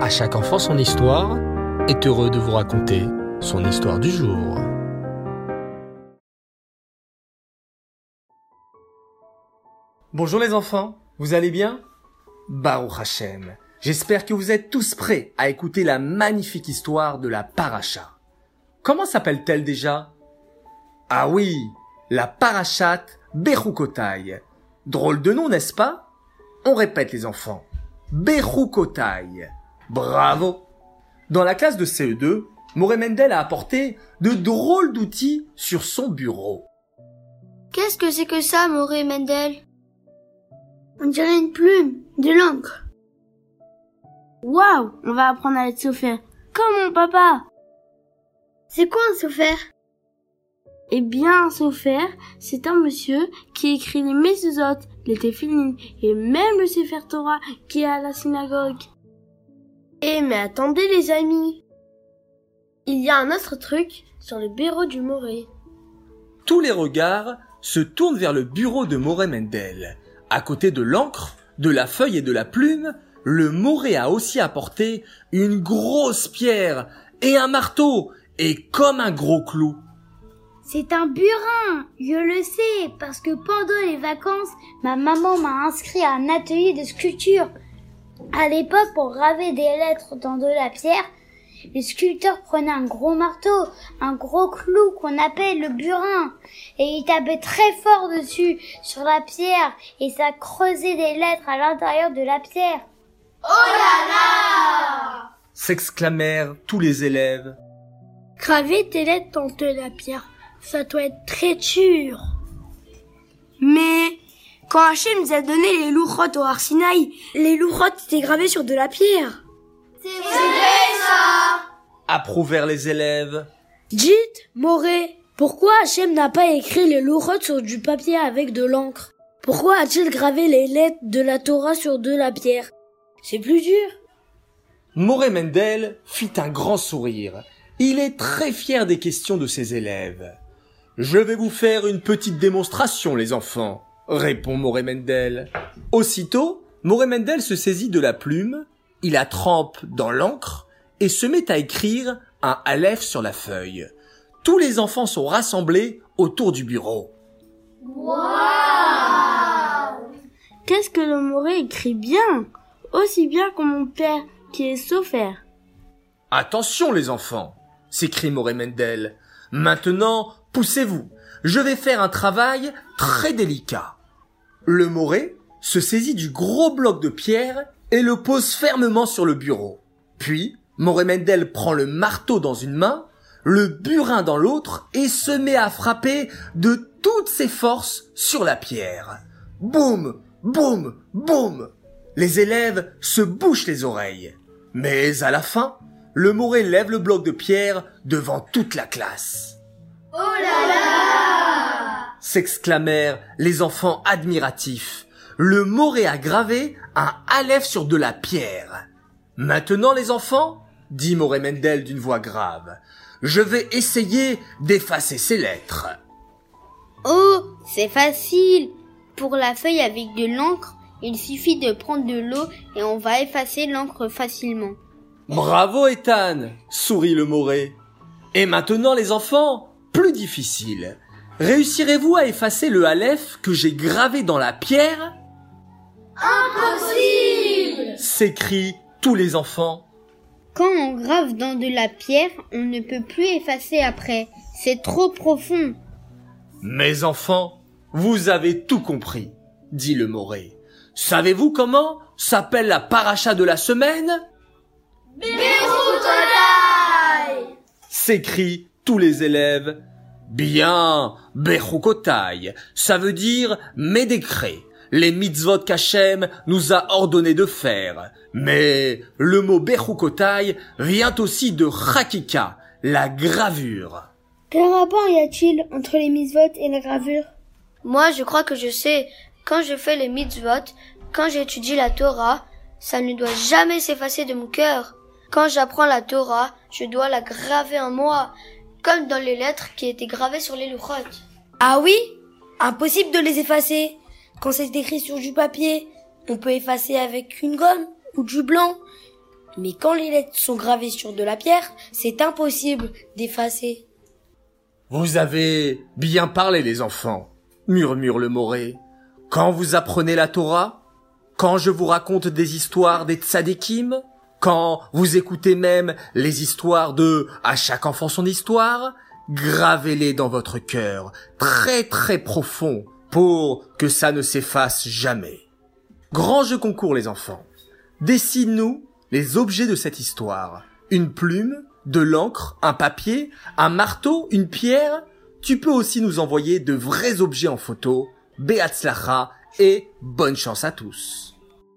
À chaque enfant son histoire est heureux de vous raconter son histoire du jour. Bonjour les enfants, vous allez bien? Baruch Hashem, j'espère que vous êtes tous prêts à écouter la magnifique histoire de la paracha. Comment s'appelle-t-elle déjà? Ah oui, la parachat Bechukotai. Drôle de nom, n'est-ce pas? On répète les enfants. Bechukotai. Bravo! Dans la classe de CE2, Moré Mendel a apporté de drôles d'outils sur son bureau. Qu'est-ce que c'est que ça, Moré Mendel? On dirait une plume, de l'encre. Waouh, on va apprendre à être sophère, comme mon papa. C'est quoi un sophère? Eh bien, un sophère, c'est un monsieur qui écrit les Mezuzot, les Téphilin et même le Sefer Torah qui est à la synagogue. Eh mais attendez les amis, il y a un autre truc sur le bureau du Moré. Tous les regards se tournent vers le bureau de Moré Mendel. À côté de l'encre, de la feuille et de la plume, le Moré a aussi apporté une grosse pierre et un marteau, et comme un gros clou. C'est un burin, je le sais, parce que pendant les vacances, ma maman m'a inscrit à un atelier de sculpture. À l'époque, pour graver des lettres dans de la pierre, les sculpteurs prenaient un gros marteau, un gros clou qu'on appelle le burin, et ils tapaient très fort dessus, sur la pierre, et ça creusait des lettres à l'intérieur de la pierre. Oh là là! S'exclamèrent tous les élèves. Graver tes lettres dans de la pierre, ça doit être très dur. Mais quand Hachem nous a donné les louchot au Har Sinaï, les louchot étaient gravés sur de la pierre. C'est vrai ça! Approuvèrent les élèves. Dites, Moré, pourquoi Hachem n'a pas écrit les louchot sur du papier avec de l'encre? Pourquoi a-t-il gravé les lettres de la Torah sur de la pierre? C'est plus dur. Moré Mendel fit un grand sourire. Il est très fier des questions de ses élèves. Je vais vous faire une petite démonstration, les enfants, répond Moré Mendel. Aussitôt, Moré Mendel se saisit de la plume, il la trempe dans l'encre et se met à écrire un aleph sur la feuille. Tous les enfants sont rassemblés autour du bureau. Waouh! Qu'est-ce que le Moré écrit bien, aussi bien que mon père qui est sophère. Attention les enfants, s'écrie Moré Mendel. Maintenant, poussez-vous. Je vais faire un travail très délicat. Le Moré se saisit du gros bloc de pierre et le pose fermement sur le bureau. Puis, Moré Mendel prend le marteau dans une main, le burin dans l'autre et se met à frapper de toutes ses forces sur la pierre. Boum, boum, boum. Les élèves se bouchent les oreilles. Mais à la fin, le Moré lève le bloc de pierre devant toute la classe. « Oh là là !» s'exclamèrent les enfants admiratifs. Le Moré a gravé un aleph sur de la pierre. « Maintenant les enfants, dit Moré Mendel d'une voix grave, je vais essayer d'effacer ces lettres. » Oh, c'est facile. Pour la feuille avec de l'encre, il suffit de prendre de l'eau et on va effacer l'encre facilement. Bravo Ethan, sourit le Moré. Et maintenant les enfants, plus difficile. Réussirez-vous à effacer le aleph que j'ai gravé dans la pierre? Impossible! S'écrient tous les enfants. Quand on grave dans de la pierre, on ne peut plus effacer après. C'est trop profond. Mes enfants, vous avez tout compris, dit le Moré. Savez-vous comment s'appelle la paracha de la semaine? Bechukotai! S'écrient tous les élèves. Bien, Bechukotai, ça veut dire mes décrets, les mitzvot qu'Hachem nous a ordonné de faire. Mais le mot Bechukotai vient aussi de Chakika, la gravure. Quel rapport y a-t-il entre les mitzvot et la gravure? Moi, je crois que je sais. Quand je fais les mitzvot, quand j'étudie la Torah, ça ne doit jamais s'effacer de mon cœur. Quand j'apprends la Torah, je dois la graver en moi, comme dans les lettres qui étaient gravées sur les louchot. Ah oui? Impossible de les effacer. Quand c'est écrit sur du papier, on peut effacer avec une gomme ou du blanc. Mais quand les lettres sont gravées sur de la pierre, c'est impossible d'effacer. Vous avez bien parlé, les enfants, murmure le Moré. Quand vous apprenez la Torah, quand je vous raconte des histoires des tzadikim, quand vous écoutez même les histoires de « À chaque enfant son histoire », gravez-les dans votre cœur, très très profond, pour que ça ne s'efface jamais. Grand jeu concours, les enfants. Dessine-nous les objets de cette histoire. Une plume, de l'encre, un papier, un marteau, une pierre. Tu peux aussi nous envoyer de vrais objets en photo. Behatzlacha et bonne chance à tous.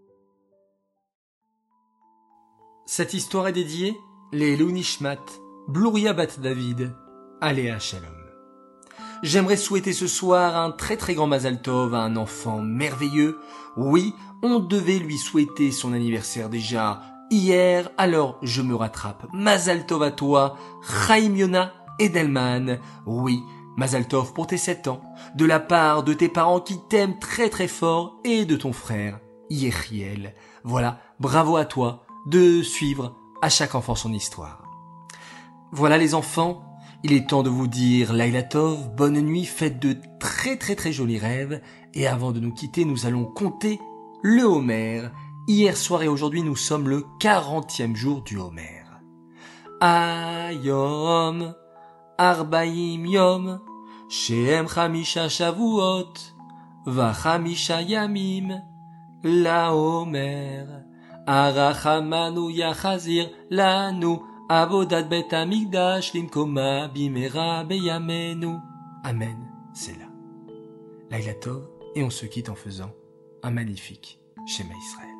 Cette histoire est dédiée les Nishmat, Bluria Bat David, Aléa Shalom. J'aimerais souhaiter ce soir un très très grand Mazal Tov à un enfant merveilleux. Oui, on devait lui souhaiter son anniversaire déjà hier, alors je me rattrape. Mazal Tov à toi, Chaim Yona Edelman. Oui, Mazal Tov pour tes 7 ans, de la part de tes parents qui t'aiment très très fort et de ton frère, Yechiel. Voilà, bravo à toi de suivre à chaque enfant son histoire. Voilà les enfants, il est temps de vous dire Laila Tov, bonne nuit, faites de très très très jolis rêves. Et avant de nous quitter, nous allons compter le Homer. Hier soir et aujourd'hui, nous sommes le 40e jour du Homer. Ayom, Arbaim Yom, Shehem Chamisha Shavuot, Vachamisha Yamim, La Homer, Arachamanu Yachazir, Lanu, Avodat Bet Hamikdash Limkoma Bimera Beyamenu. Amen, c'est là. Laila Tov, et on se quitte en faisant un magnifique Shema Israël.